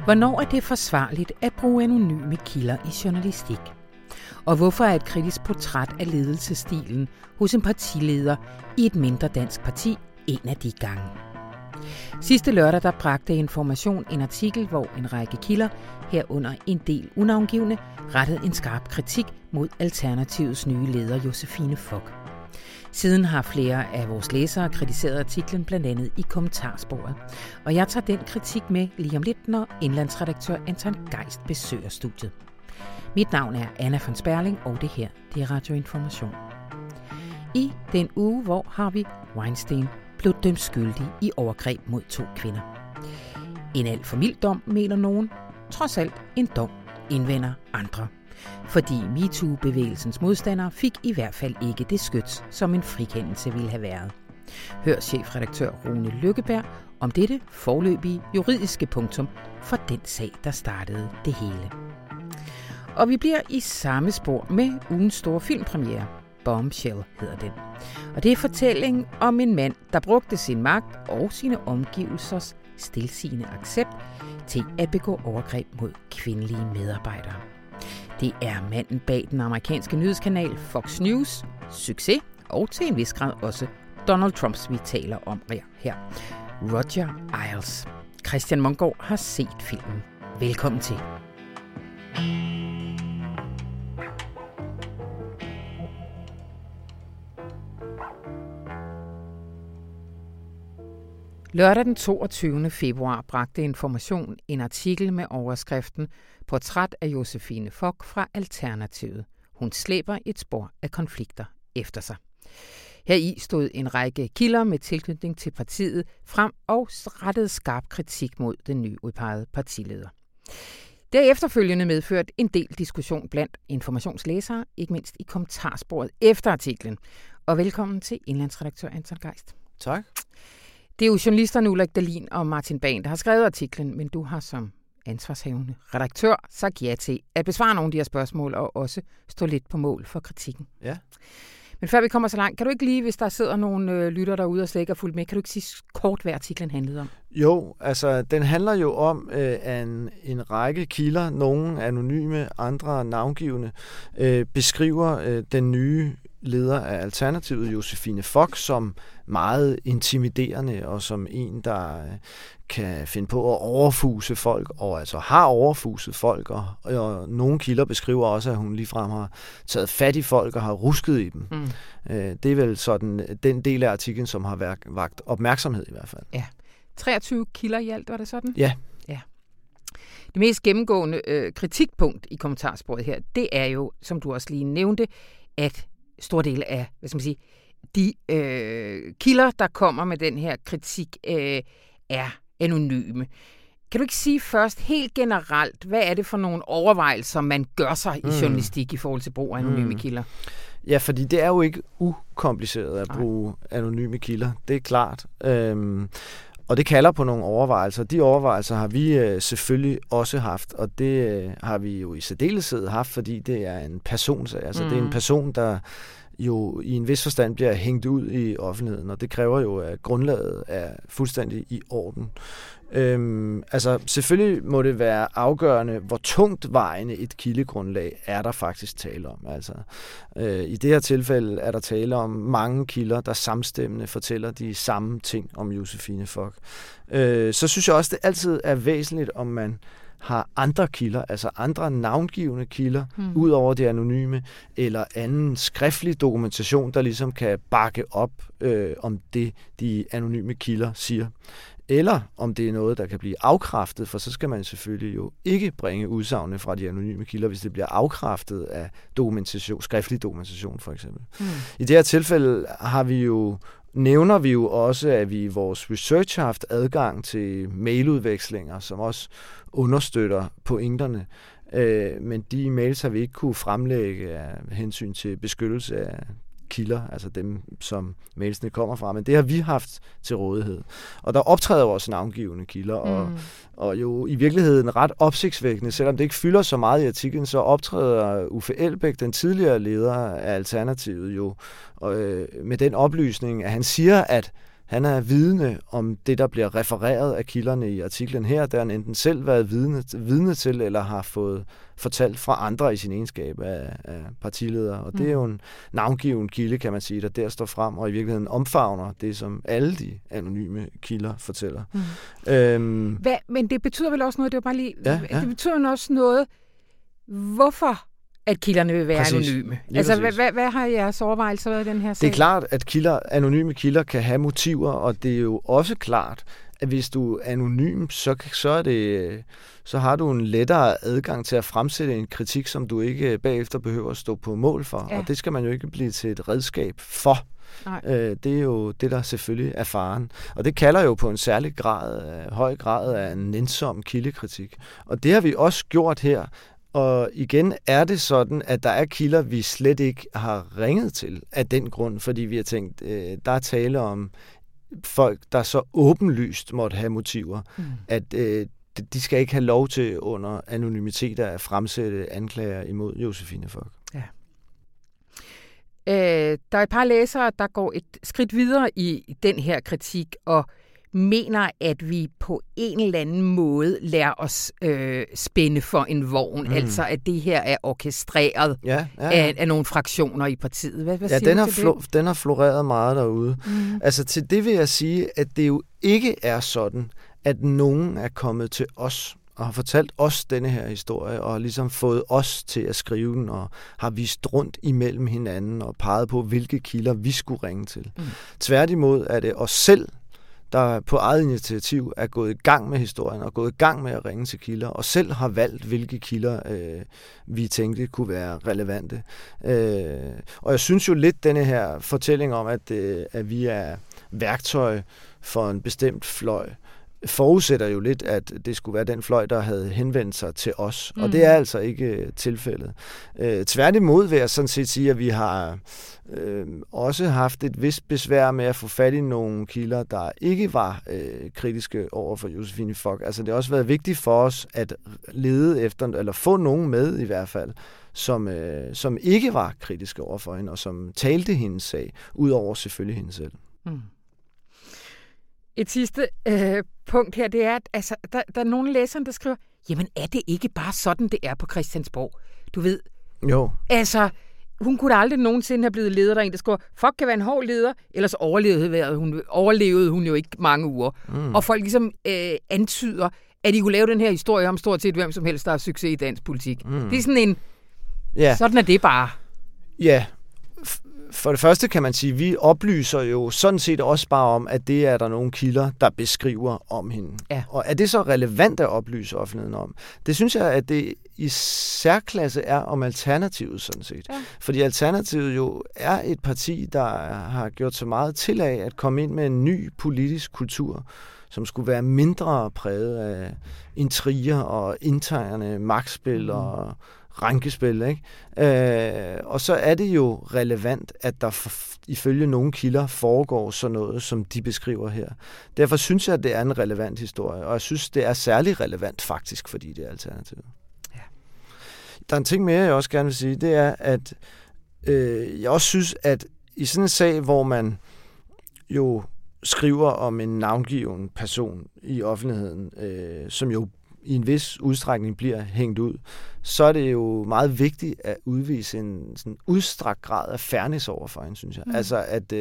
Hvornår er det forsvarligt at bruge anonyme kilder i journalistik? Og hvorfor er et kritisk portræt af ledelsesstilen hos en partileder i et mindre dansk parti en af de gange? Sidste lørdag der bragte Information en artikel, hvor en række kilder, herunder en del unavngivne, rettede en skarp kritik mod Alternativets nye leder Josephine Fock. Siden har flere af vores læsere kritiseret artiklen, blandt andet i kommentarsporet. Og jeg tager den kritik med lige om lidt, når indlandsredaktør Anton Geist besøger studiet. Mit navn er Anna von Sperling, og det her, det er Radio Information. I den uge, hvor Harvey Weinstein blev dømt skyldig i overgreb mod 2 kvinder. En alt for mild dom, mener nogen. Trods alt en dom, indvender andre. Fordi MeToo-bevægelsens modstandere fik i hvert fald ikke det skyts, som en frikendelse ville have været. Hør chefredaktør Rune Lykkeberg om dette foreløbige juridiske punktum for den sag, der startede det hele. Og vi bliver i samme spor med ugens store filmpremiere. Bombshell hedder den. Og det er fortællingen om en mand, der brugte sin magt og sine omgivelsers stilsigende accept til at begå overgreb mod kvindelige medarbejdere. Det er manden bag den amerikanske nyhedskanal Fox News, succes og til en vis grad også Donald Trumps, vi taler om her. Roger Ailes. Christian Mongård har set filmen. Velkommen til. Lørdag den 22. februar bragte Information en artikel med overskriften Portræt af Josephine Fock fra Alternativet. Hun slæber et spor af konflikter efter sig. Heri stod en række kilder med tilknytning til partiet frem og rettede skarp kritik mod den nyudpegede partileder. Det er efterfølgende medført en del diskussion blandt informationslæsere, ikke mindst i kommentarsporet efter artiklen. Og velkommen til indlandsredaktør Anton Geist. Tak. Det er jo journalisterne Ulrik Dahlin og Martin Bahn, der har skrevet artiklen, men du har som ansvarshavende redaktør sagt ja til at besvare nogle af de her spørgsmål og også stå lidt på mål for kritikken. Ja. Men før vi kommer så langt, kan du ikke lige, hvis der sidder nogle lytter derude og slet ikke er fuldt med, kan du ikke sige kort, hvad artiklen handlede om? Jo, altså den handler jo om, at en række kilder, nogle anonyme, andre navngivende, beskriver den nye leder af Alternativet, Josephine Fock, som meget intimiderende og som en, der kan finde på at overfuse folk, og altså har overfuset folk, og nogle kilder beskriver også, at hun ligefrem har taget fat i folk og har rusket i dem. Det er vel sådan den del af artiklen, som har vakt opmærksomhed i hvert fald. Ja. 23 kilder i alt, var det sådan? Ja. Det mest gennemgående kritikpunkt i kommentarsporet her, det er jo, som du også lige nævnte, at stor del af, de kilder, der kommer med den her kritik, er anonyme. Kan du ikke sige først helt generelt, hvad er det for nogle overvejelser, man gør sig i journalistik i forhold til brug af anonyme kilder? Ja, fordi det er jo ikke ukompliceret at bruge anonyme kilder. Det er klart. Og det kalder på nogle overvejelser. De overvejelser har vi selvfølgelig også haft, og det har vi jo i særdeleshed haft, fordi det er en personsag. Altså det er en person, der jo i en vis forstand bliver hængt ud i offentligheden, og det kræver jo, at grundlaget er fuldstændig i orden. Altså selvfølgelig må det være afgørende, hvor tungt vejende et kildegrundlag er der faktisk tale om. Altså, i det her tilfælde er der tale om mange kilder, der samstemmende fortæller de samme ting om Josephine Fock. Så synes jeg også, det altid er væsentligt, om man har andre kilder, altså andre navngivende kilder, ud over det anonyme, eller anden skriftlig dokumentation, der ligesom kan bakke op om det, de anonyme kilder siger. Eller om det er noget, der kan blive afkræftet, for så skal man selvfølgelig jo ikke bringe udsagnene fra de anonyme kilder, hvis det bliver afkræftet af dokumentation, skriftlig dokumentation for eksempel. I det her tilfælde nævner vi jo også, at vi i vores research har haft adgang til mailudvekslinger, som også understøtter pointerne. Men de mails har vi ikke kunne fremlægge af hensyn til beskyttelse af kilder, altså dem, som mailsene kommer fra, men det har vi haft til rådighed. Og der optræder også navngivende kilder, og jo i virkeligheden ret opsigtsvækkende, selvom det ikke fylder så meget i artiklen, så optræder Uffe Elbæk, den tidligere leder af Alternativet, jo med den oplysning, at han siger, at Han er vidne om det, der bliver refereret af kilderne i artiklen her, der han enten selv været vidne til, eller har fået fortalt fra andre i sin egenskab af partiledere. Og det er jo en navngiven kilde, kan man sige, der står frem, og i virkeligheden omfavner det, som alle de anonyme kilder fortæller. Men det betyder vel også noget, det var bare lige, det betyder jo også noget, hvorfor at kilderne vil være anonyme. Altså, hvad har jeres overvejelser været i den her sag? Det er klart, at anonyme kilder kan have motiver, og det er jo også klart, at hvis du er anonym, så har du en lettere adgang til at fremsætte en kritik, som du ikke bagefter behøver at stå på mål for. Ja. Og det skal man jo ikke blive til et redskab for. Det er jo det, der selvfølgelig er faren. Og det kalder jo på en særlig høj grad af en nænsom kildekritik. Og det har vi også gjort her. Og igen er det sådan, at der er kilder, vi slet ikke har ringet til af den grund, fordi vi har tænkt, der er tale om folk, der så åbenlyst måtte have motiver, at de skal ikke have lov til under anonymitet at fremsætte anklager imod Josephine Fock. Ja. Der er et par læsere, der går et skridt videre i den her kritik, og mener, at vi på en eller anden måde lærer os spænde for en vogn. Altså, at det her er orkestreret af nogle fraktioner i partiet. Hvad siger du til det? Den har floreret meget derude. Altså, til det vil jeg sige, at det jo ikke er sådan, at nogen er kommet til os og har fortalt os denne her historie, og har ligesom fået os til at skrive den, og har vist rundt imellem hinanden, og peget på, hvilke kilder vi skulle ringe til. Tværtimod er det os selv, der på eget initiativ er gået i gang med historien, og gået i gang med at ringe til kilder, og selv har valgt, hvilke kilder vi tænkte kunne være relevante. Og jeg synes jo lidt, denne her fortælling om, at vi er værktøj for en bestemt fløj, forudsætter jo lidt, at det skulle være den fløj, der havde henvendt sig til os. Og det er altså ikke tilfældet. Tværtimod vil jeg sådan set sige, at vi har også haft et vist besvær med at få fat i nogle kilder, der ikke var kritiske over for Josephine Fock. Altså det har også været vigtigt for os at lede efter, eller få nogen med i hvert fald, som ikke var kritiske over for hende, og som talte hendes sag, udover selvfølgelig hende selv. Et sidste punkt her, det er, at altså, der er nogle læsere, der skriver, jamen er det ikke bare sådan, det er på Christiansborg? Du ved. Jo. Altså, hun kunne da aldrig nogensinde have blevet leder, der en, der skriver, Fock kan være en hård leder, ellers overlevede hun jo ikke mange uger. Og folk ligesom antyder, at de kunne lave den her historie om stort set hvem som helst, der har succes i dansk politik. Det er sådan en, sådan er det bare. Ja. For det første kan man sige, at vi oplyser jo sådan set også bare om, at det er der nogle kilder, der beskriver om hende. Ja. Og er det så relevant at oplyse offentligheden om? Det synes jeg, at det i særklasse er om Alternativet sådan set. Ja. Fordi Alternativet jo er et parti, der har gjort så meget til af at komme ind med en ny politisk kultur, som skulle være mindre præget af intriger og interne magtspil og rankespil, ikke? Og så er det jo relevant, at der ifølge nogle kilder foregår sådan noget, som de beskriver her. Derfor synes jeg, at det er en relevant historie, og jeg synes, det er særlig relevant faktisk, fordi det er Alternativet. Ja. Der er en ting mere, jeg også gerne vil sige, det er, at jeg også synes, at i sådan en sag, hvor man jo skriver om en navngiven person i offentligheden, som jo i en vis udstrækning bliver hængt ud, så er det jo meget vigtigt at udvise en sådan udstrakt grad af fairness over for hende, synes jeg. Altså, at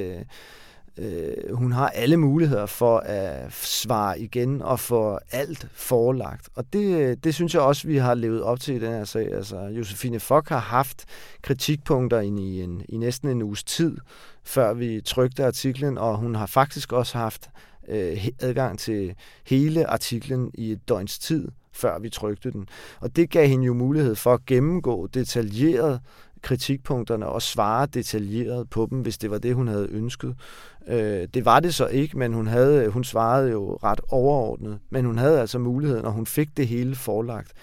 hun har alle muligheder for at svare igen og få alt forelagt. Og det synes jeg også, vi har levet op til i den her sag. Altså, Josephine Fock har haft kritikpunkter i næsten en uges tid, før vi trykte artiklen, og hun har faktisk også haft adgang til hele artiklen i et døgns tid, før vi trykte den. Og det gav hende jo mulighed for at gennemgå detaljeret kritikpunkterne og svare detaljeret på dem, hvis det var det, hun havde ønsket. Det var det så ikke, men hun svarede jo ret overordnet. Men hun havde altså muligheden, og hun fik det hele forelagt.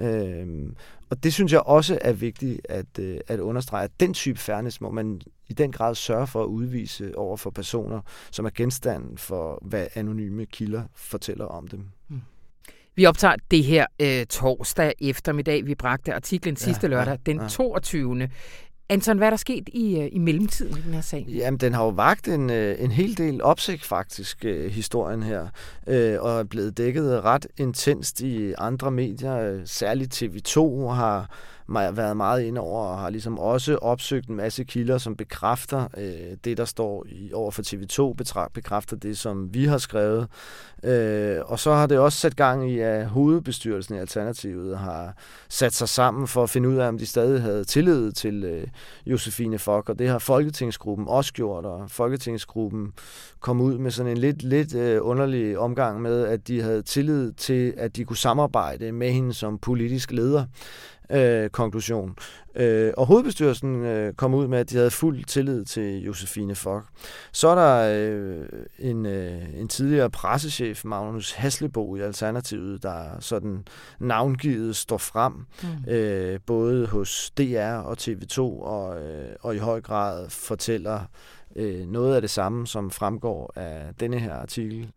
Og det synes jeg også er vigtigt at understrege, at den type fairness må man i den grad sørge for at udvise over for personer, som er genstand for, hvad anonyme kilder fortæller om dem. Vi optager det her torsdag eftermiddag. Vi bragte artiklen sidste lørdag, den 22. Anton, hvad er der sket i mellemtiden i den her sag? Jamen, den har jo vakt en hel del opsigt faktisk, historien her, og er blevet dækket ret intenst i andre medier. Særligt TV2 har været meget inde over og har ligesom også opsøgt en masse kilder, som bekræfter det, der står over for TV2, bekræfter det, som vi har skrevet. Og så har det også sat gang i, at hovedbestyrelsen i Alternativet har sat sig sammen for at finde ud af, om de stadig havde tillid til Josephine Fock, og det har Folketingsgruppen også gjort, og Folketingsgruppen kom ud med sådan en lidt underlig omgang med, at de havde tillid til, at de kunne samarbejde med hende som politisk leder. Konklusion. Og hovedbestyrelsen kom ud med, at de havde fuld tillid til Josephine Fock. Så er der en tidligere pressechef, Magnus Haslebo i Alternativet, der sådan navngivet står frem, både hos DR og TV2, og i høj grad fortæller noget af det samme, som fremgår af denne her artikel.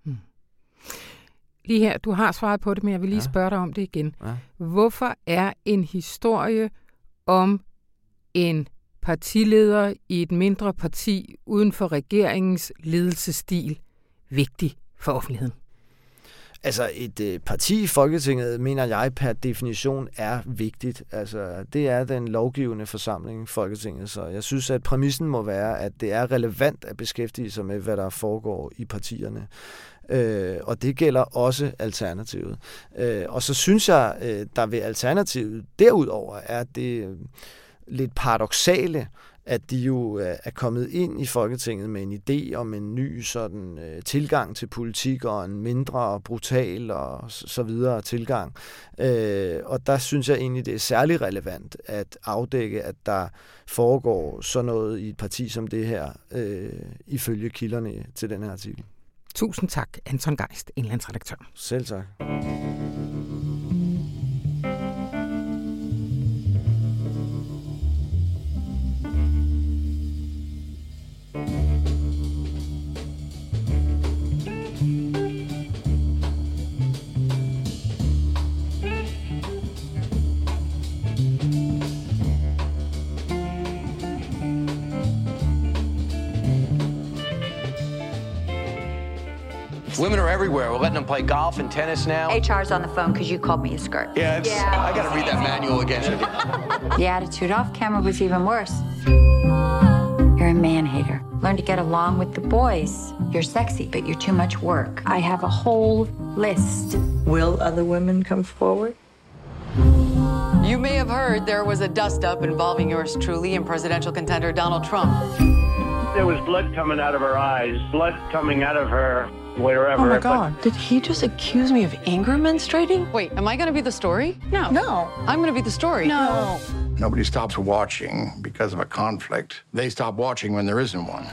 Lige her, du har svaret på det, men jeg vil lige spørge dig om det igen. Ja. Hvorfor er en historie om en partileder i et mindre parti uden for regeringens ledelsesstil vigtig for offentligheden? Altså et parti i Folketinget, mener jeg per definition er vigtigt. Altså det er den lovgivende forsamling Folketinget, så jeg synes, at præmissen må være, at det er relevant at beskæftige sig med, hvad der foregår i partierne. Og det gælder også Alternativet. Og så synes jeg, der ved Alternativet derudover er det lidt paradoksale, at de jo er kommet ind i Folketinget med en idé om en ny sådan tilgang til politik og en mindre brutal og så videre tilgang. Og der synes jeg egentlig, det er særlig relevant at afdække, at der foregår sådan noget i et parti som det her, ifølge kilderne til den her artikel. Tusind tak, Anton Geist, indlandsredaktør. Selv tak. Women are everywhere. We're letting them play golf and tennis now. HR's on the phone because you called me a skirt. Yeah, I got to read that manual again. The attitude off camera was even worse. You're a man-hater. Learn to get along with the boys. You're sexy, but you're too much work. I have a whole list. Will other women come forward? You may have heard there was a dust-up involving yours truly and presidential contender Donald Trump. There was blood coming out of her eyes, blood coming out of her wherever. Oh my God, did he just accuse me of anger menstruating? Wait, am I going to be the story? No. I'm going to be the story. No. Nobody stops watching because of a conflict. They stop watching when there isn't one.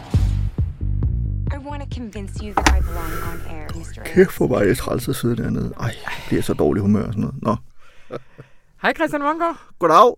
I want to convince you that I belong on air, Mr. Kæft for mig, jeg træls at sidde dernede. Ej, jeg bliver så dårlig humør og sådan noget. Nå. Hej Christian Mongård. Goddag.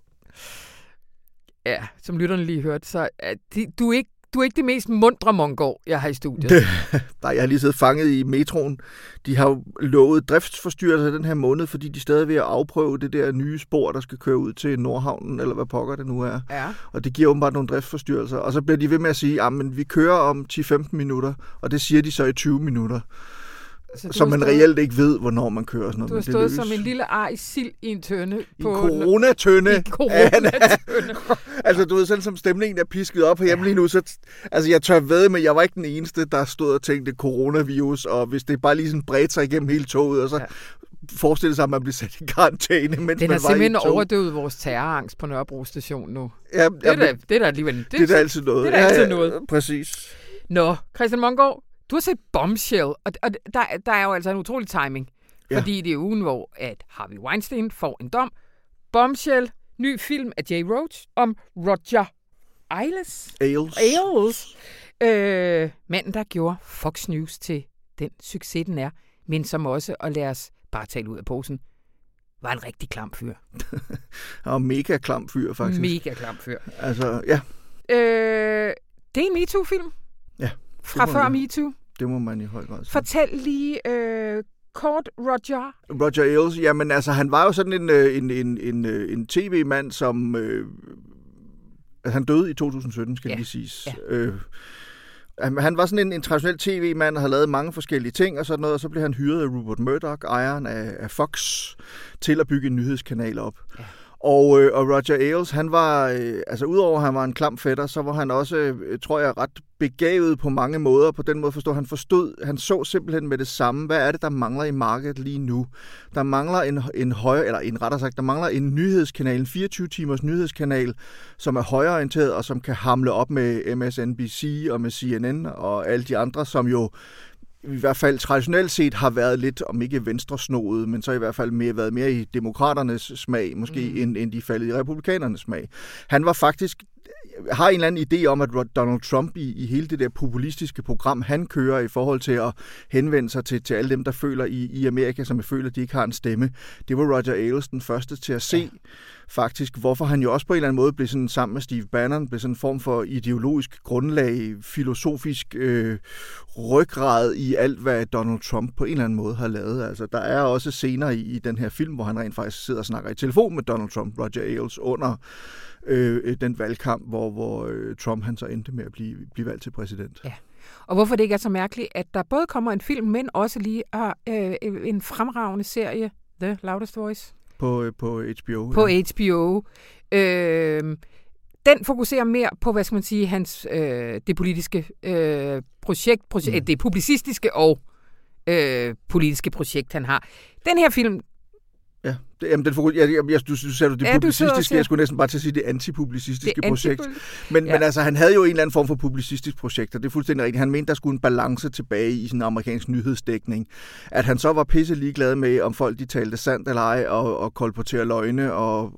Ja, som lytterne lige hørte, så du er ikke det mest mundre Mongård, jeg har i studiet. Nej, jeg har lige siddet fanget i metroen. De har jo lovet driftsforstyrrelser den her måned, fordi de stadig er ved at afprøve det der nye spor, der skal køre ud til Nordhavnen, eller hvad pokker det nu er. Ja. Og det giver åbenbart nogle driftsforstyrrelser. Og så bliver de ved med at sige, at vi kører om 10-15 minutter, og det siger de så i 20 minutter. Så man reelt ikke ved, hvornår man kører. Sådan noget. Du har stået som en lille ar i sild i en tønde. I coronatønde. I coronatønde. Altså, du ved, sådan som stemningen er pisket op hjemme lige nu, så altså, jeg tør ved, men jeg var ikke den eneste, der stod og tænkte coronavirus, og hvis det bare lige sådan bredte sig igennem hele toget, og så forestille sig, at man bliver sat i karantæne, mens man var i Den har simpelthen overdøvet vores terrorangst på Nørrebro station nu. Ja, det er da alligevel... Det er da altid noget. Det er da altid noget. Præcis. Nå, Christian Mongård, du har set Bombshell, og der er jo altså en utrolig timing. Fordi det er ugen, hvor at Harvey Weinstein får en dom. Bombshell, ny film af Jay Roach om Roger Ailes. Manden, der gjorde Fox News til den succes, den er, men som også, og lad os bare tale ud af posen, var en rigtig klam fyr. Og mega klam fyr, faktisk. Mega klam fyr. Altså, ja. Det er en MeToo-film. Ja. Fra før MeToo. Det må man i høj grad sige. Fortæl lige kort Roger. Roger Ailes, jamen altså, han var jo sådan en tv-mand, som han døde i 2017, skal lige siges. Ja. Han var sådan en traditionel tv-mand, og havde lavet mange forskellige ting og sådan noget, og så blev han hyret af Rupert Murdoch, ejeren af Fox, til at bygge en nyhedskanal op. Ja. Og Roger Ailes, han var, altså udover at han var en klam fætter, så var han også, tror jeg, ret begavet på mange måder. På den måde han så simpelthen med det samme, hvad er det, der mangler i markedet lige nu? Der mangler der mangler en nyhedskanal, en 24-timers nyhedskanal, som er højreorienteret og som kan hamle op med MSNBC og med CNN og alle de andre, som jo i hvert fald traditionelt set har været lidt, om ikke venstresnoede, men så i hvert fald været mere i demokraternes smag, måske, end de faldet i republikanernes smag. Han var faktisk, har en eller anden idé om, at Donald Trump i hele det der populistiske program, han kører i forhold til at henvende sig til alle dem, der føler i Amerika, som føler, at de ikke har en stemme. Det var Roger Ailes den første til at se, faktisk, hvorfor han jo også på en eller anden måde blev sådan sammen med Steve Bannon, blev sådan en form for ideologisk grundlag, filosofisk ryggrad i alt, hvad Donald Trump på en eller anden måde har lavet. Altså, der er også scener i den her film, hvor han rent faktisk sidder og snakker i telefon med Donald Trump, Roger Ailes, under den valgkamp, hvor Trump han så endte med at blive valgt til præsident. Ja. Og hvorfor det ikke er så mærkeligt, at der både kommer en film, men også lige en fremragende serie, The Loudest Voice. På HBO. På HBO. Den fokuserer mere på, hvad skal man sige, hans det politiske projekt, det publicistiske og politiske projekt, han har. Den her film. Ja, du sagde det publicistiske, jeg skulle næsten bare til at sige det antipublicistiske projekt. Men altså, han havde jo en eller anden form for publicistisk projekt, og det er fuldstændig rigtigt. Han mente, der skulle en balance tilbage i sådan en amerikansk nyhedsdækning. At han så var pisse ligeglad med, om folk de talte sandt eller ej, og kolportere løgne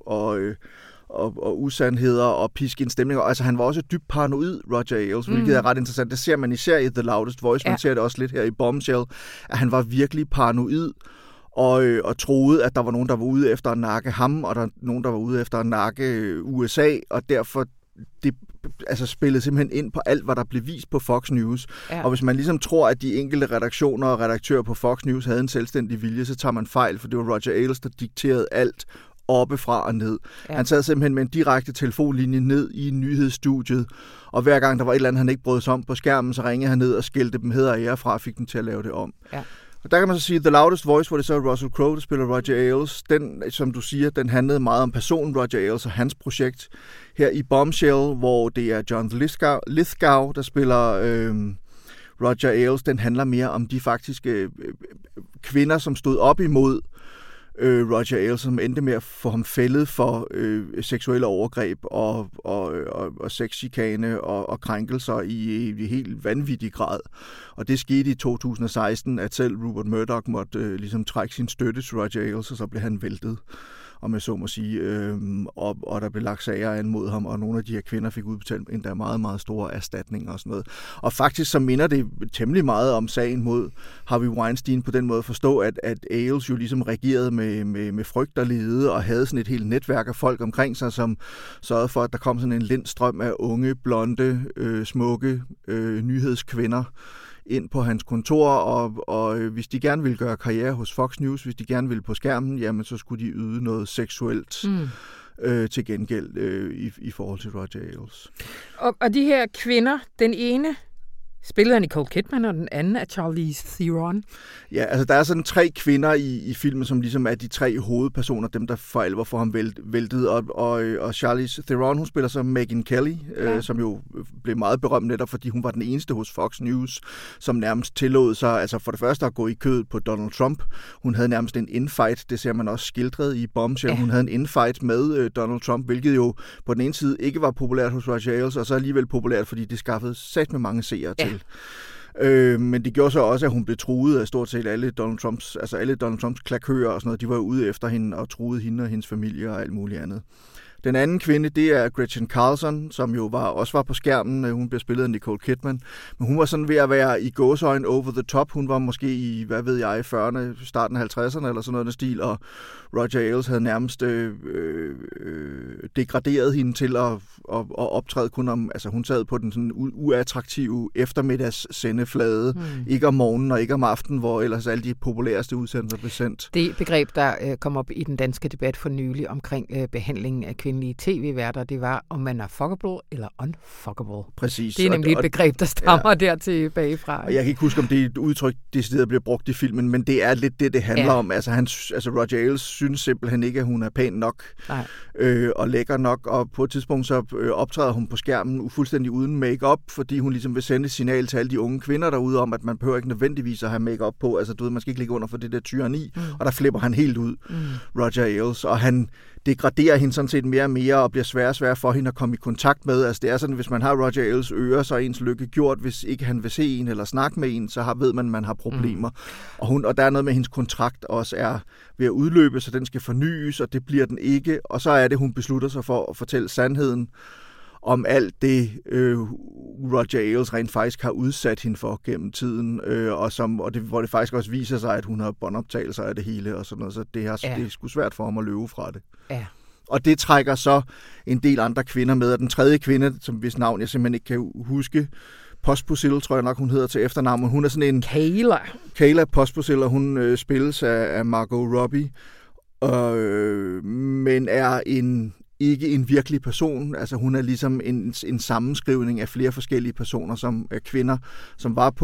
og usandheder og piske en stemning. Altså, han var også dybt paranoid, Roger Ailes, hvilket er ret interessant. Det ser man især i The Loudest Voice, man ser det også lidt her i Bombshell, at han var virkelig paranoid, og troede, at der var nogen, der var ude efter at nakke ham, og der var nogen, der var ude efter at nakke USA, og derfor det spillede simpelthen ind på alt, hvad der blev vist på Fox News. Ja. Og hvis man ligesom tror, at de enkelte redaktioner og redaktører på Fox News havde en selvstændig vilje, så tager man fejl, for det var Roger Ailes, der dikterede alt oppefra og ned. Ja. Han sad simpelthen med en direkte telefonlinje ned i nyhedsstudiet, og hver gang der var et eller andet, han ikke brød sig om på skærmen, så ringede han ned og skældte dem heder og ære fra og fik dem til at lave det om. Ja. Og der kan man så sige, The Loudest Voice, hvor det så er Russell Crowe, der spiller Roger Ailes, den, som du siger, den handlede meget om personen Roger Ailes og hans projekt. Her i Bombshell, hvor det er John Lithgow, der spiller Roger Ailes, den handler mere om de faktiske kvinder, som stod op imod Roger Ailes, som endte med at få ham fældet for seksuelle overgreb og sexchikane og krænkelser i helt vanvittig grad. Og det skete i 2016, at selv Rupert Murdoch måtte ligesom trække sin støtte til Roger Ailes, og så blev han væltet, om jeg så må sige, og der blev lagt sager an mod ham, og nogle af de her kvinder fik udbetalt endda meget, meget store erstatninger og sådan noget. Og faktisk så minder det temmelig meget om sagen mod Harvey Weinstein på den måde at forstå, at Ailes jo ligesom regerede med frygt og lede, og havde sådan et helt netværk af folk omkring sig, som sørgede for, at der kom sådan en lind strøm af unge, blonde, smukke nyhedskvinder ind på hans kontor, og hvis de gerne ville gøre karriere hos Fox News, hvis de gerne ville på skærmen, jamen så skulle de yde noget seksuelt til gengæld i forhold til Roger Ailes. Og de her kvinder, den ene spillede af Nicole Kidman, og den anden af Charlize Theron. Ja, altså der er sådan 3 kvinder i filmen, som ligesom er de 3 hovedpersoner, dem der for alvor får ham væltet. Og Charlize Theron, hun spiller så Megyn Kelly, som jo blev meget berømt netop, fordi hun var den eneste hos Fox News, som nærmest tillod sig, altså for det første at gå i kødet på Donald Trump. Hun havde nærmest en infight, det ser man også skildret i Bombshell. Ja. Hun havde en infight med Donald Trump, hvilket jo på den ene side ikke var populært hos Roger Ailes, og så alligevel populært, fordi det skaffede sat med mange seere til. Men det gjorde så også, at hun blev truet af stort set alle Donald Trumps klakører og sådan noget. De var ude efter hende og truede hende og hendes familie og alt muligt andet. Den anden kvinde, det er Gretchen Carlson, som jo også var på skærmen. Hun blev spillet af Nicole Kidman. Men hun var sådan ved at være i gåseøjne over the top. Hun var måske i, 40'erne, starten af 50'erne eller sådan noget af stil. Og Roger Ailes havde nærmest degraderet hende til at optræde kun om... Altså hun sad på den sådan uattraktive eftermiddagssendeflade. Ikke om morgenen og ikke om aftenen, hvor ellers alle de populæreste udsendelser blev sendt. Det begreb, der kom op i den danske debat for nylig omkring behandlingen af kvinder kvindelige tv-værter, det var, om man er fuckable eller unfuckable. Præcis. Det er nemlig et begreb, der stammer der tilbagefra. Og jeg kan ikke huske, om det er et udtryk, decideret bliver brugt i filmen, men det er lidt det handler om. Altså, Roger Ailes synes simpelthen ikke, at hun er pæn nok og lækker nok, og på et tidspunkt så optræder hun på skærmen fuldstændig uden make-up, fordi hun ligesom vil sende et signal til alle de unge kvinder derude om, at man behøver ikke nødvendigvis at have make-up på. Altså, du ved, man skal ikke ligge under for det der tyranni, og der flipper han helt ud, Roger Ailes, og han degraderer hende sådan set mere og mere, og bliver sværere og sværere for hende at komme i kontakt med. Altså det er sådan, hvis man har Roger Ailes ører, så er ens lykke gjort. Hvis ikke han vil se en eller snakke med en, så ved man har problemer. Og der er noget med, hendes kontrakt også er ved at udløbe, så den skal fornyes, og det bliver den ikke. Og så er det, hun beslutter sig for at fortælle sandheden om alt det, Roger Ailes rent faktisk har udsat hende for gennem tiden, hvor det faktisk også viser sig, at hun har båndoptagelser af det hele, og sådan noget, så det er sgu svært for ham at løbe fra det. Ja. Og det trækker så en del andre kvinder med, og den tredje kvinde, som hvis navn jeg simpelthen ikke kan huske, Pospisil, tror jeg nok, hun hedder til efternavn, men hun er sådan en... Kayla Pospisil, og hun spilles af Margot Robbie, men er ikke en virkelig person. Altså hun er ligesom en sammenskrivning af flere forskellige personer, som er kvinder, som var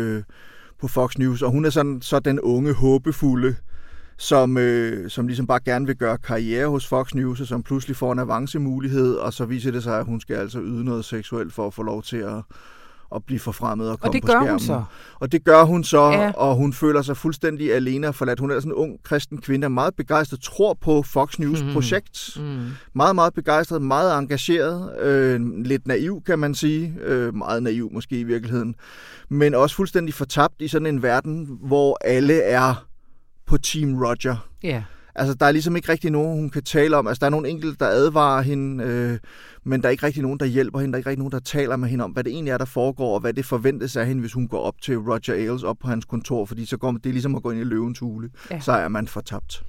på Fox News, og hun er så den unge, håbefulde, som ligesom bare gerne vil gøre karriere hos Fox News, og som pludselig får en avancemulighed, og så viser det sig, at hun skal altså yde noget seksuelt for at få lov til at blive forfremmet og komme på skærmen. Og det gør hun så, og hun føler sig fuldstændig alene og forladt. Hun er sådan en ung kristen kvinde, er meget begejstret, tror på Fox News projekt. Meget, meget begejstret, meget engageret, lidt naiv, kan man sige. Meget naiv måske i virkeligheden. Men også fuldstændig fortabt i sådan en verden, hvor alle er på Team Roger. Ja. Altså, der er ligesom ikke rigtig nogen, hun kan tale om. Altså, der er nogle enkelte, der advarer hende, men der er ikke rigtig nogen, der hjælper hende. Der er ikke rigtig nogen, der taler med hende om, hvad det egentlig er, der foregår, og hvad det forventes af hende, hvis hun går op til Roger Ailes op på hans kontor, fordi så går det er ligesom at gå ind i løvens hule. Ja. Så er man fortabt.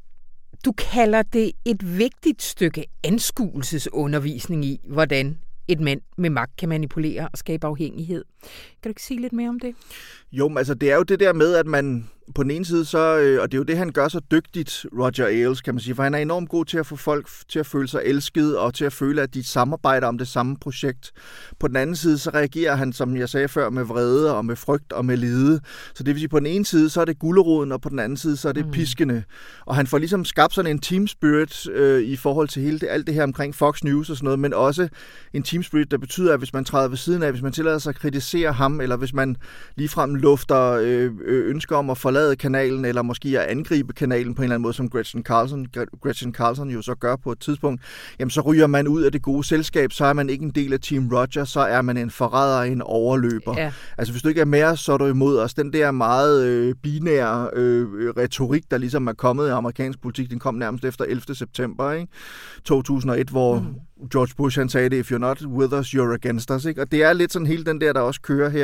Du kalder det et vigtigt stykke anskuelsesundervisning i, hvordan et mand med magt kan manipulere og skabe afhængighed. Kan du ikke sige lidt mere om det? Jo, men altså det er jo det der med, at man på den ene side så, og det er jo det, han gør så dygtigt, Roger Ailes, kan man sige, for han er enormt god til at få folk til at føle sig elsket, og til at føle, at de samarbejder om det samme projekt. På den anden side, så reagerer han, som jeg sagde før, med vrede og med frygt og med lide. Så det vil sige, på den ene side, så er det guleroden, og på den anden side, så er det piskene. Og han får ligesom skabt sådan en team spirit i forhold til alt det her omkring Fox News og sådan noget, men også en team spirit, der betyder, at hvis man træder ved siden af, hvis man tillader sig at kritisere ham, eller hvis man ligefrem lufter ønsker om at forlade kanalen, eller måske at angribe kanalen på en eller anden måde, som Gretchen Carlson jo så gør på et tidspunkt, jamen så ryger man ud af det gode selskab, så er man ikke en del af Team Roger, så er man en forræder, en overløber. Ja. Altså hvis du ikke er med os, så er du imod os. Den der meget binære retorik, der ligesom er kommet i amerikansk politik, den kom nærmest efter 11. september, ikke? 2001, hvor George Bush han sagde det, if you're not with us, you're against us, ikke? Og det er lidt sådan hele den der også kører her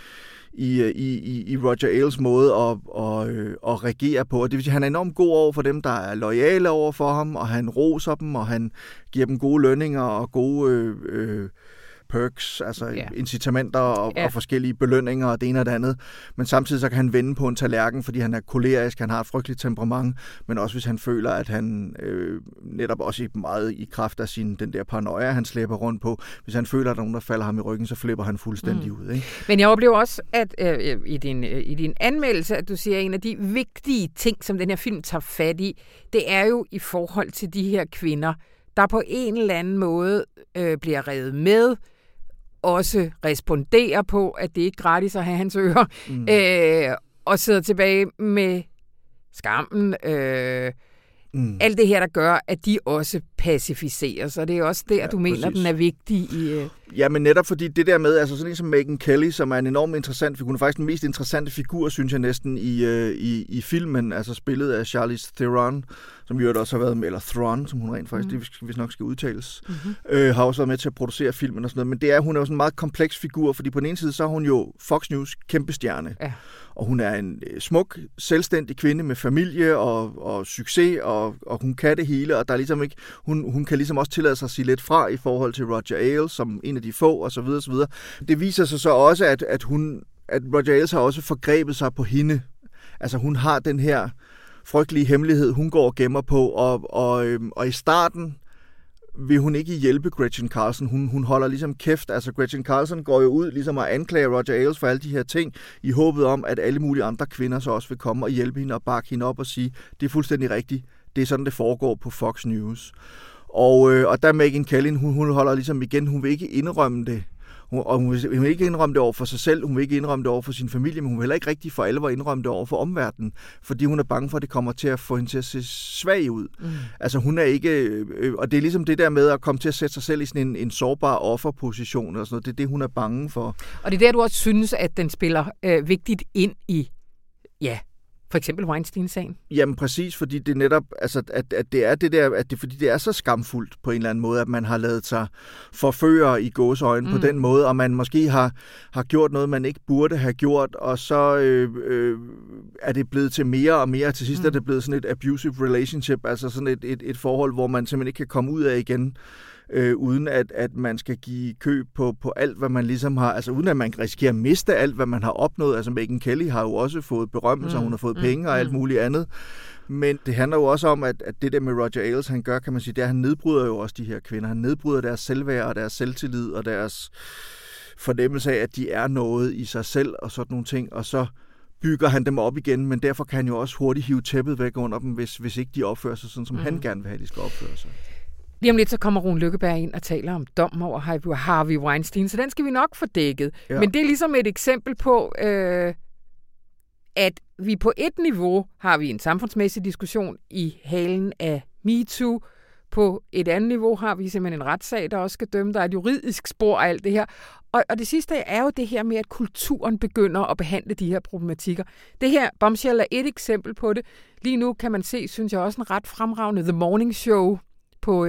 i Roger Ailes måde at regere på. Og det vil sige, han er enormt god over for dem, der er loyale over for ham, og han roser dem, og han giver dem gode lønninger og gode perks, altså incitamenter og forskellige belønninger og det ene og det andet. Men samtidig så kan han vende på en tallerken, fordi han er kolerisk, han har et frygteligt temperament, men også hvis han føler, at han netop også meget i kraft af den der paranoia, han slæber rundt på. Hvis han føler, at der er nogen, der falder ham i ryggen, så flipper han fuldstændig ud. Ikke? Men jeg oplever også, at i din anmeldelse, at du siger, at en af de vigtige ting, som den her film tager fat i, det er jo i forhold til de her kvinder, der på en eller anden måde bliver revet med, også responderer på, at det ikke er gratis at have hans ører, og sidder tilbage med skammen. Alt det her, der gør, at de også pacificerer. Så det er også der, du mener, den er vigtig i... Ja, men netop fordi det der med, altså sådan en som Megyn Kelly, som er en enormt interessant figur, hun er faktisk den mest interessante figur, synes jeg næsten, i filmen, altså spillet af Charlize Theron, som jo også har været med, eller Theron, som hun rent faktisk, det hvis nok skal udtales, har også været med til at producere filmen og sådan noget, men det er, hun er jo sådan en meget kompleks figur, fordi på den ene side, så er hun jo Fox News kæmpe stjerne, og hun er en smuk, selvstændig kvinde med familie og succes, og hun kan det hele, og der er ligesom ikke, hun kan ligesom også tillade sig at sige lidt fra i forhold til Roger Ailes, som en af de få, og så videre, og så videre. Det viser sig så også, at Roger Ailes har også forgrebet sig på hende. Altså hun har den her frygtelige hemmelighed, hun går og gemmer på, og i starten vil hun ikke hjælpe Gretchen Carlson. Hun holder ligesom kæft. Altså Gretchen Carlson går jo ud ligesom og anklager Roger Ailes for alle de her ting, i håbet om, at alle mulige andre kvinder så også vil komme og hjælpe hende og bakke hende op og sige, det er fuldstændig rigtigt. Det er sådan, det foregår på Fox News. Og der Megyn Kelly, hun holder ligesom igen, hun vil ikke indrømme det. Hun vil ikke indrømme det over for sig selv, hun vil ikke indrømme det over for sin familie, men hun vil heller ikke rigtig for alvor indrømme det over for omverdenen, fordi hun er bange for, at det kommer til at få hende til at se svag ud. Altså hun er ikke, og det er ligesom det der med at komme til at sætte sig selv i sådan en sårbar offerposition, og sådan noget. Det er det, hun er bange for. Og det er der, du også synes, at den spiller vigtigt ind i, for eksempel Weinstein-sagen? Jamen præcis, fordi det netop, altså, at det er det der, fordi det er så skamfuldt på en eller anden måde, at man har ladet sig forføre i gåseøjne på den måde, og man måske har gjort noget, man ikke burde have gjort, og så er det blevet til mere og mere. Til sidst er det blevet sådan et abusive relationship, altså sådan et forhold, hvor man simpelthen ikke kan komme ud af igen, uden at man skal give køb på alt, hvad man ligesom har, altså uden at man risikerer at miste alt, hvad man har opnået. Altså Megyn Kelly har jo også fået berømmelse, hun har fået penge og alt muligt andet. Men det handler jo også om, at det der med Roger Ailes, han gør, kan man sige, det er, han nedbryder jo også de her kvinder. Han nedbryder deres selvværd og deres selvtillid og deres fornemmelse af, at de er noget i sig selv og sådan nogle ting, og så bygger han dem op igen, men derfor kan han jo også hurtigt hive tæppet væk under dem, hvis ikke de opfører sig sådan, som han gerne vil have, de skal opføre sig. Lige om lidt, så kommer Rune Lykkeberg ind og taler om dommen over Harvey Weinstein, så den skal vi nok få dækket. Ja. Men det er ligesom et eksempel på, at vi på et niveau har vi en samfundsmæssig diskussion i halen af MeToo. På et andet niveau har vi simpelthen en retssag, der også skal dømme. Der er et juridisk spor og alt det her. Og det sidste er jo det her med, at kulturen begynder at behandle de her problematikker. Det her Bombshell er et eksempel på det. Lige nu kan man se, synes jeg, også en ret fremragende The Morning Show på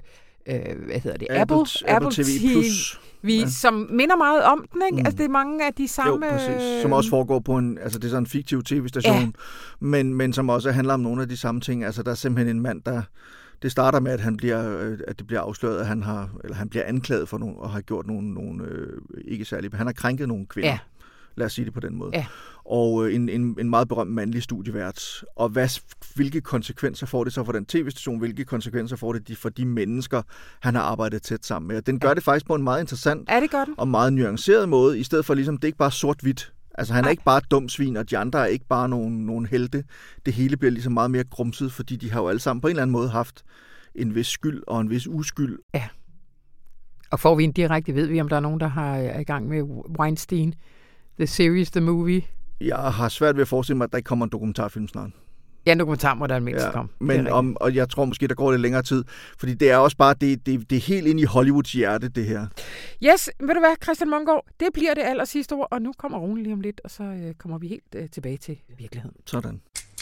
Apple TV+, som minder meget om den, ikke? Altså det er mange af de samme... Jo, præcis. Som også foregår på det er sådan en fiktiv tv-station, men som også handler om nogle af de samme ting. Altså der er simpelthen en mand, der... Det starter med, at det bliver afsløret, at han bliver anklaget for og har gjort nogle ikke særlige... Han har krænket nogle kvinder. Ja. Lad os sige det på den måde. Ja. Og en meget berømt mandlig studievært. Og hvilke konsekvenser får det så for den tv-station? Hvilke konsekvenser får det for de mennesker, han har arbejdet tæt sammen med? Og den gør det faktisk på en meget interessant og meget nuanceret måde, i stedet for ligesom, det er ikke bare sort-hvidt. Altså han er ikke bare et dumt svin, og de andre er ikke bare nogle helte. Det hele bliver ligesom meget mere grumset, fordi de har jo alle sammen på en eller anden måde haft en vis skyld og en vis uskyld. Ja. Og får vi en direkte, ved vi, om der er nogen, der er i gang med Weinstein, The Series, The Movie? Jeg har svært ved at forestille mig, at der ikke kommer en dokumentarfilm snart. Ja, en dokumentar må der mindst komme. Men og jeg tror måske, der går lidt længere tid. Fordi det er også bare, det er helt ind i Hollywoods hjerte, det her. Yes, ved du hvad, Christian Mongård? Det bliver det aller sidste ord, og nu kommer Rune lige om lidt, og så kommer vi helt tilbage til virkeligheden. Sådan.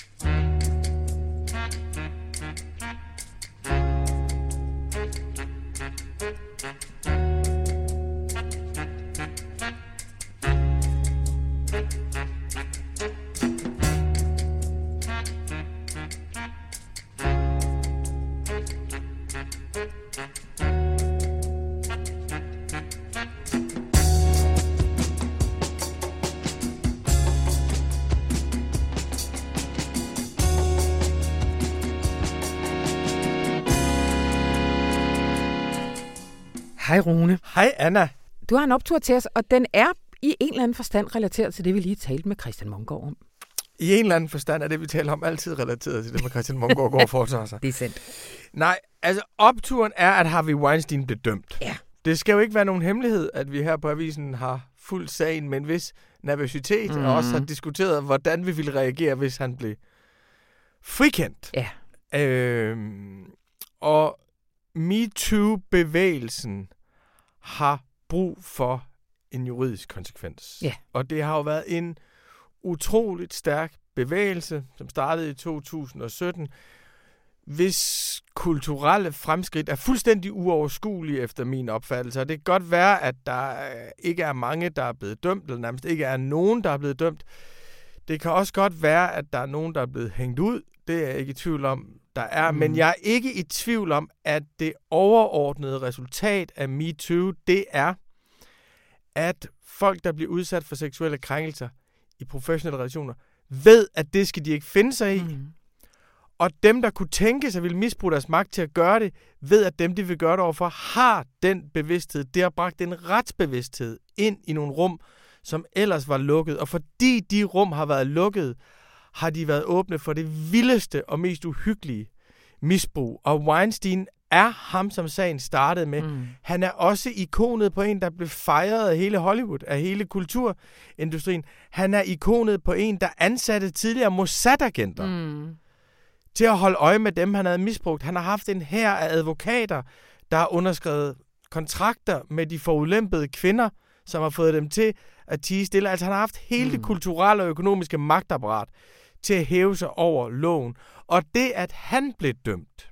Hej Rune. Hej Anna. Du har en optur til os, og den er i en eller anden forstand relateret til det, vi lige talte med Christian Mongård om. I en eller anden forstand er det, vi taler om, altid relateret til det, med Christian Mongård går og foretager sig. Det er sandt. Nej, altså opturen er, at Harvey Weinstein blev dømt. Ja. Det skal jo ikke være nogen hemmelighed, at vi her på avisen har fulgt sagen med en vis nervøsitet, og også har diskuteret, hvordan vi ville reagere, hvis han blev frikendt. Ja. Og MeToo-bevægelsen har brug for en juridisk konsekvens. Ja. Og det har jo været en utroligt stærk bevægelse, som startede i 2017, hvis kulturelle fremskridt er fuldstændig uoverskuelige efter min opfattelse. Og det kan godt være, at der ikke er mange, der er blevet dømt, eller nærmest ikke er nogen, der er blevet dømt. Det kan også godt være, at der er nogen, der er blevet hængt ud. Det er jeg ikke i tvivl om, der er. Men jeg er ikke i tvivl om, at det overordnede resultat af MeToo, det er, at folk, der bliver udsat for seksuelle krænkelser i professionelle relationer, ved, at det skal de ikke finde sig i. Og dem, der kunne tænke sig, ville misbruge deres magt til at gøre det, ved at dem, de vil gøre det overfor, har den bevidsthed. Det har bragt en retsbevidsthed ind i nogle rum, som ellers var lukket. Og fordi de rum har været lukket, har de været åbne for det vildeste og mest uhyggelige misbrug. Og Weinstein er ham, som sagen startede med. Han er også ikonet på en, der blev fejret af hele Hollywood, af hele kulturindustrien. Han er ikonet på en, der ansatte tidligere Mossad-agenter til at holde øje med dem, han havde misbrugt. Han har haft en hær af advokater, der har underskrevet kontrakter med de forulempede kvinder, som har fået dem til at tie stille. Altså han har haft hele det kulturelle og økonomiske magtapparat til at hæve sig over loven. Og det, at han blev dømt,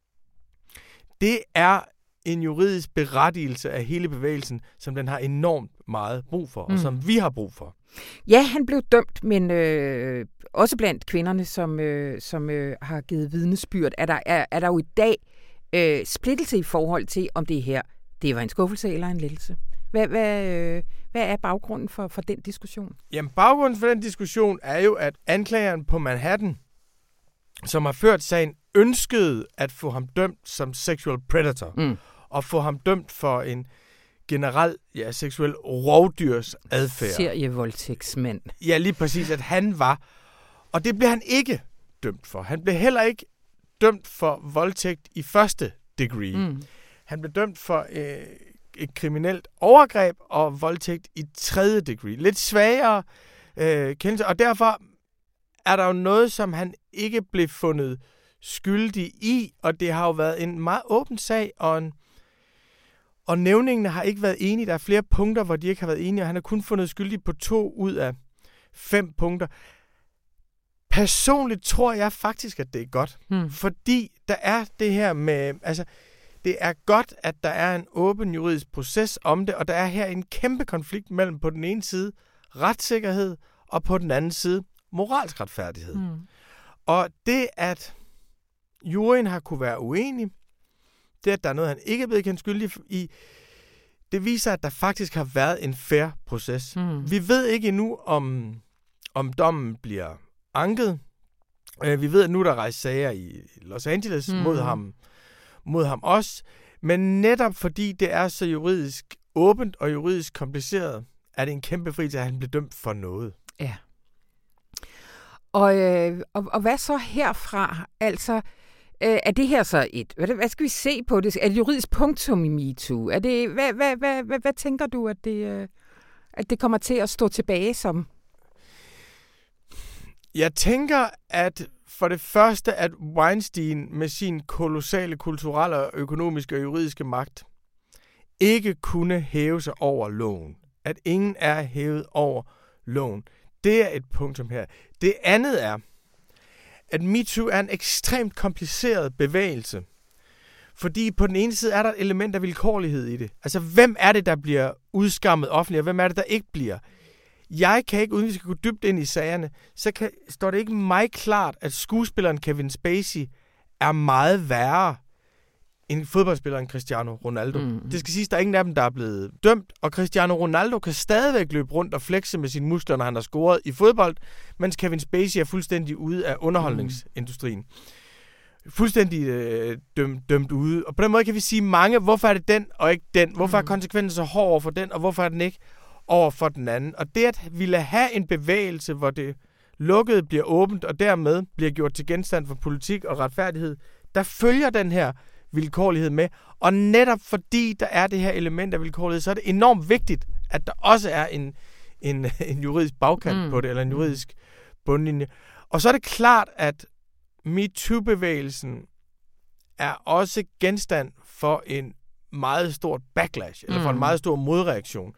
det er en juridisk berettigelse af hele bevægelsen, som den har enormt meget brug for, og som vi har brug for. Ja, han blev dømt, men også blandt kvinderne, som har givet vidnesbyrd, er der jo i dag splittelse i forhold til, om det her det var en skuffelse eller en lettelse. Hvad er baggrunden for den diskussion? Jamen, baggrunden for den diskussion er jo, at anklageren på Manhattan, som har ført sagen, ønskede at få ham dømt som sexual predator, og få ham dømt for en generel seksuel rovdyrsadfærd. Serievoldtægtsmand. Ja, lige præcis, at han var. Og det blev han ikke dømt for. Han blev heller ikke dømt for voldtægt i første degree. Han blev dømt for et kriminelt overgreb og voldtægt i tredje degree. Lidt svagere kendelse, og derfor er der jo noget, som han ikke blev fundet skyldig i, og det har jo været en meget åben sag, og nævningene har ikke været enige. Der er flere punkter, hvor de ikke har været enige, og han har kun fundet skyldig på 2 ud af 5 punkter. Personligt tror jeg faktisk, at det er godt, fordi der er det her med, altså det er godt, at der er en åben juridisk proces om det, og der er her en kæmpe konflikt mellem på den ene side retssikkerhed, og på den anden side moralsk retfærdighed. Og det, at juryen har kunne være uenig, det, at der er noget, han ikke er blevet kendt skyldig i, det viser, at der faktisk har været en fair proces. Vi ved ikke endnu, om dommen bliver anket. Vi ved, at nu der rejser sager i Los Angeles mod ham også. Men netop fordi det er så juridisk åbent og juridisk kompliceret, er det en kæmpe frihed, at han bliver dømt for noget. Ja. Og hvad så herfra? Altså, er det her så hvad skal vi se på det? Er det juridisk punktum i MeToo? Er det, hvad tænker du, at det kommer til at stå tilbage som? Jeg tænker, at for det første, at Weinstein med sin kolossale kulturelle, økonomiske og juridiske magt ikke kunne hæve sig over loven. At ingen er hævet over loven. Det er et punktum her. Det andet er, at MeToo er en ekstremt kompliceret bevægelse. Fordi på den ene side er der et element af vilkårlighed i det. Altså, hvem er det, der bliver udskammet offentligt, og hvem er det, der ikke bliver? Jeg kan ikke, uden vi skal gå dybt ind i sagerne, står det ikke mig klart, at skuespilleren Kevin Spacey er meget værre end fodboldspilleren Cristiano Ronaldo. Det skal siges, der er ingen af dem, der er blevet dømt, og Cristiano Ronaldo kan stadigvæk løbe rundt og flexe med sine muskler, når han har scoret i fodbold, mens Kevin Spacey er fuldstændig ude af underholdningsindustrien. Fuldstændig dømt ude. Og på den måde kan vi sige mange, hvorfor er det den og ikke den? Hvorfor er konsekvensen så hård over for den, og hvorfor er den ikke over for den anden? Og det at ville have en bevægelse, hvor det lukkede bliver åbent, og dermed bliver gjort til genstand for politik og retfærdighed, der følger den her vilkårlighed med. Og netop fordi der er det her element af vilkårlighed, så er det enormt vigtigt, at der også er en juridisk bagkant på det, eller en juridisk bundlinje. Og så er det klart, at MeToo-bevægelsen er også genstand for en meget stort backlash, eller for en meget stor modreaktion.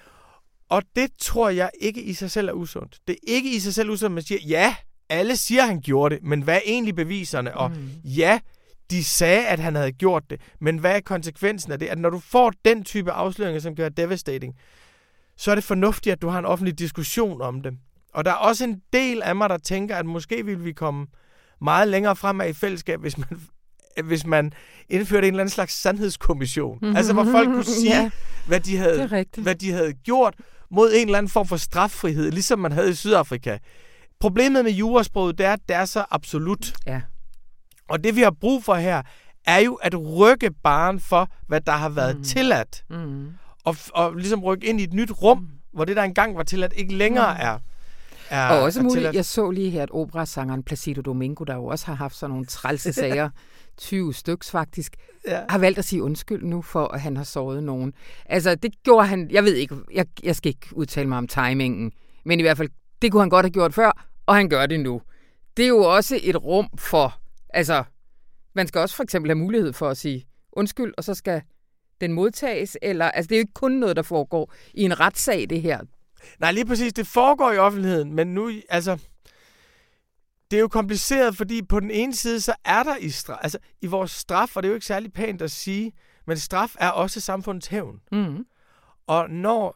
Og det tror jeg ikke i sig selv er usundt. Det er ikke i sig selv usundt, at man siger, ja, alle siger, at han gjorde det, men hvad er egentlig beviserne? Og ja, de sagde, at han havde gjort det, men hvad er konsekvensen af det? At når du får den type afsløringer, som kan være devastating, så er det fornuftigt, at du har en offentlig diskussion om det. Og der er også en del af mig, der tænker, at måske vil vi komme meget længere fremad i fællesskab, hvis man indførte en eller anden slags sandhedskommission. Altså, hvor folk kunne sige, hvad de havde gjort mod en eller anden form for straffrihed, ligesom man havde i Sydafrika. Problemet med jurasproget, det er, at det er så absolut. Ja. Og det, vi har brug for her, er jo at rykke barren for, hvad der har været tilladt. Og ligesom rykke ind i et nyt rum, hvor det, der engang var tilladt, ikke længere er og også muligt, tilladt. jeg så lige her, at operasangeren Placido Domingo, der jo også har haft sådan nogle trælse sager, 20 styks faktisk, har valgt at sige undskyld nu, for at han har såret nogen. Altså, det gjorde han, jeg ved ikke, jeg skal ikke udtale mig om timingen, men i hvert fald, det kunne han godt have gjort før, og han gør det nu. Det er jo også et rum for, altså, man skal også for eksempel have mulighed for at sige undskyld, og så skal den modtages, eller, altså, det er jo ikke kun noget, der foregår i en retssag, det her. Nej, lige præcis, det foregår i offentligheden, men nu, altså, det er jo kompliceret, fordi på den ene side, så er der i vores straf, og det er jo ikke særlig pænt at sige, men straf er også samfundets hævn. Og når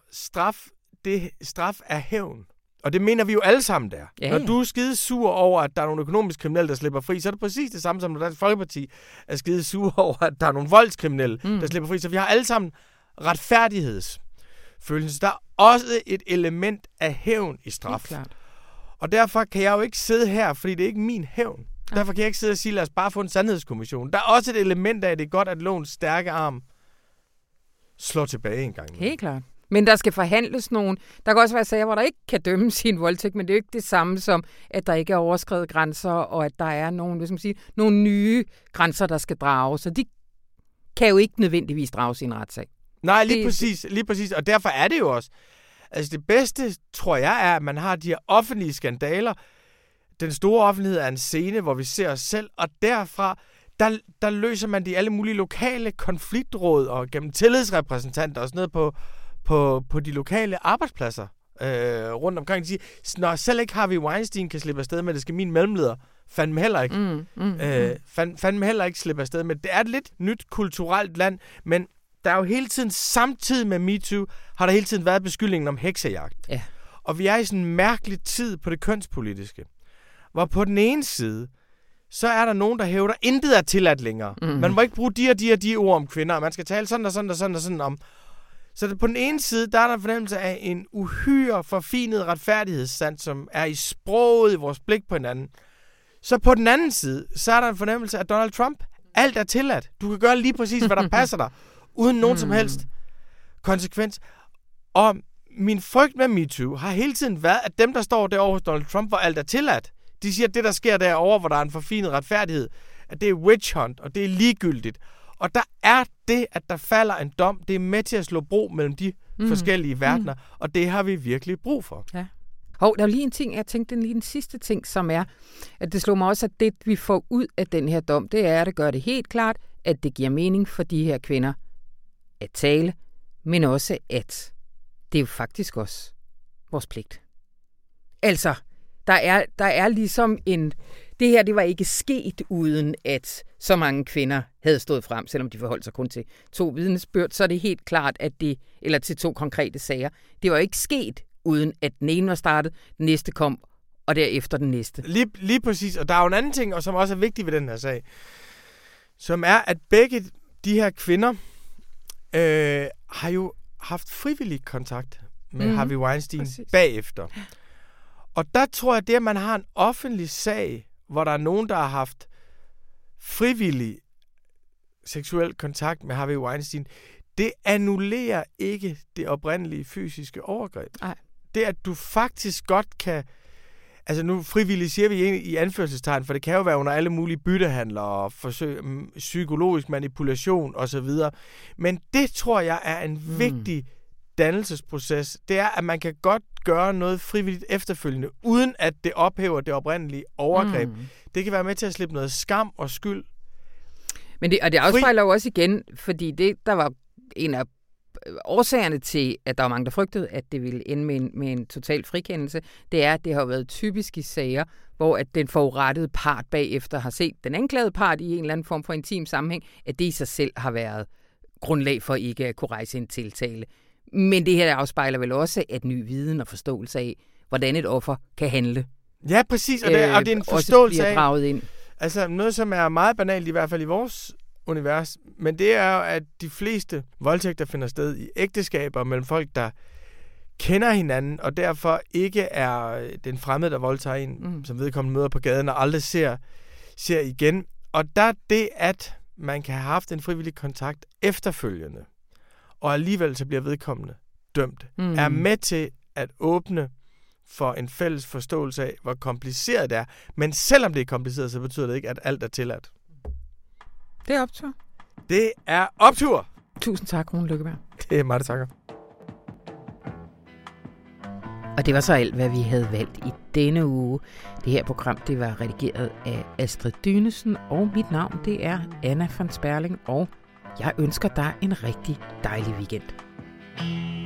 straf er hævn, og det mener vi jo alle sammen der. Ja. Når du er skide sur over, at der er nogle økonomisk kriminelle, der slipper fri, så er det præcis det samme som når Dansk Folkeparti er skide sur over, at der er nogle voldskriminelle, der slipper fri. Så vi har alle sammen retfærdighedsfølelse. Der er også et element af hævn i straf. Og derfor kan jeg jo ikke sidde her, fordi det er ikke min hævn. Derfor kan jeg ikke sidde og sige, lad os bare få en sandhedskommission. Der er også et element af, at det er godt, at lovens stærke arm slår tilbage en gang. Helt klart. Men der skal forhandles nogen. Der kan også være sager, hvor der ikke kan dømmes sin voldtægt, men det er jo ikke det samme som, at der ikke er overskredet grænser, og at der er nogle nye grænser, der skal drages. Så de kan jo ikke nødvendigvis drages i en retssag. Nej, lige præcis. Og derfor er det jo også. Altså det bedste, tror jeg, er, at man har de her offentlige skandaler. Den store offentlighed er en scene, hvor vi ser os selv, og derfra, der løser man de alle mulige lokale konfliktråd og gennem tillidsrepræsentanter og sådan noget på de lokale arbejdspladser rundt omkring. De siger, når selv ikke Harvey Weinstein kan slippe afsted med, det skal min mellemleder fandme heller ikke. Fandme heller ikke slippe afsted med. Det er et lidt nyt kulturelt land, men der er jo hele tiden, samtidig med MeToo, har der hele tiden været beskyldningen om heksejagt. Ja. Og vi er i sådan en mærkelig tid på det kønspolitiske, hvor på den ene side, så er der nogen, der hævder, intet er tilladt længere. Man må ikke bruge de ord om kvinder, og man skal tale sådan og sådan og sådan og sådan om. Så på den ene side, der er der en fornemmelse af en uhyre forfinet retfærdighedssand, som er i sproget i vores blik på hinanden. Så på den anden side, så er der en fornemmelse af Donald Trump. Alt er tilladt. Du kan gøre lige præcis, hvad der passer dig, uden nogen som helst konsekvens. Og min frygt med MeToo har hele tiden været, at dem, der står derovre hos Donald Trump, hvor alt er tilladt, de siger, at det, der sker derovre, hvor der er en forfinet retfærdighed, at det er witch hunt, og det er ligegyldigt. Og der er det, at der falder en dom, det er med til at slå bro mellem de forskellige verdener, og det har vi virkelig brug for. Ja. Der er lige en ting, jeg tænkte lige den sidste ting, som er, at det slår mig også, at det, vi får ud af den her dom, det er, at det gør det helt klart, at det giver mening for de her kvinder at tale, men også, at det er jo faktisk også vores pligt. Altså, der er ligesom en... Det her, det var ikke sket, uden at så mange kvinder havde stået frem, selvom de forholdt sig kun til 2 vidnesbyrd, så er det helt klart, at eller til 2 konkrete sager. Det var ikke sket, uden at den ene var startet, den næste kom, og derefter den næste. Lige præcis, og der er jo en anden ting, og som også er vigtig ved den her sag, som er, at begge de her kvinder har jo haft frivillig kontakt med Harvey Weinstein bagefter. Og der tror jeg, det at man har en offentlig sag, hvor der er nogen, der har haft frivillig seksuel kontakt med Harvey Weinstein, det annullerer ikke det oprindelige fysiske overgreb. Nej. Det, at du faktisk godt kan... Altså nu frivilligt siger vi i anførselstegn, for det kan jo være under alle mulige byttehandler og forsøg, psykologisk manipulation osv. Men det tror jeg er en vigtig dannelsesproces. Det er, at man kan godt gøre noget frivilligt efterfølgende, uden at det ophæver det oprindelige overgreb. Det kan være med til at slippe noget skam og skyld. Men det afspejler jo også igen, fordi det, der var en af årsagerne til, at der var mange, der frygtede, at det ville ende med en total frikendelse, det er, at det har været typisk i sager, hvor at den forurettede part bagefter har set den anklagede part i en eller anden form for intim sammenhæng, at det i sig selv har været grundlag for ikke at kunne rejse en tiltale. Men det her afspejler vel også, at ny viden og forståelse af, hvordan et offer kan handle. Ja, præcis, og det er en forståelse af, draget ind. Altså noget, som er meget banalt, i hvert fald i vores univers, men det er jo, at de fleste voldtægter finder sted i ægteskaber mellem folk, der kender hinanden, og derfor ikke er den fremmede, der voldtager en, som vedkommende møder på gaden og aldrig ser igen. Og der det, at man kan have haft en frivillig kontakt efterfølgende, og alligevel så bliver vedkommende dømt, er med til at åbne for en fælles forståelse af, hvor kompliceret det er. Men selvom det er kompliceret, så betyder det ikke, at alt er tilladt. Det er optur. Det er optur! Tusind tak, Rune Lykkeberg. Det er mig, der takker. Og det var så alt, hvad vi havde valgt i denne uge. Det her program, det var redigeret af Astrid Dynesen, og mit navn, det er Anna von Sperling, og jeg ønsker dig en rigtig dejlig weekend.